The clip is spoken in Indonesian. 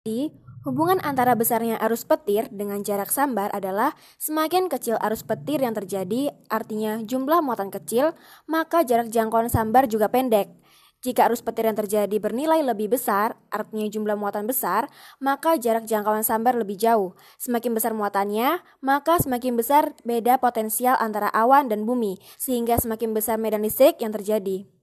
Hubungan antara besarnya arus petir dengan jarak sambar adalah semakin kecil arus petir yang terjadi, artinya jumlah muatan kecil, maka jarak jangkauan sambar juga pendek. Jika arus petir yang terjadi bernilai lebih besar, artinya jumlah muatan besar, maka jarak jangkauan sambar lebih jauh. Semakin besar muatannya, maka semakin besar beda potensial antara awan dan bumi, sehingga semakin besar medan listrik yang terjadi.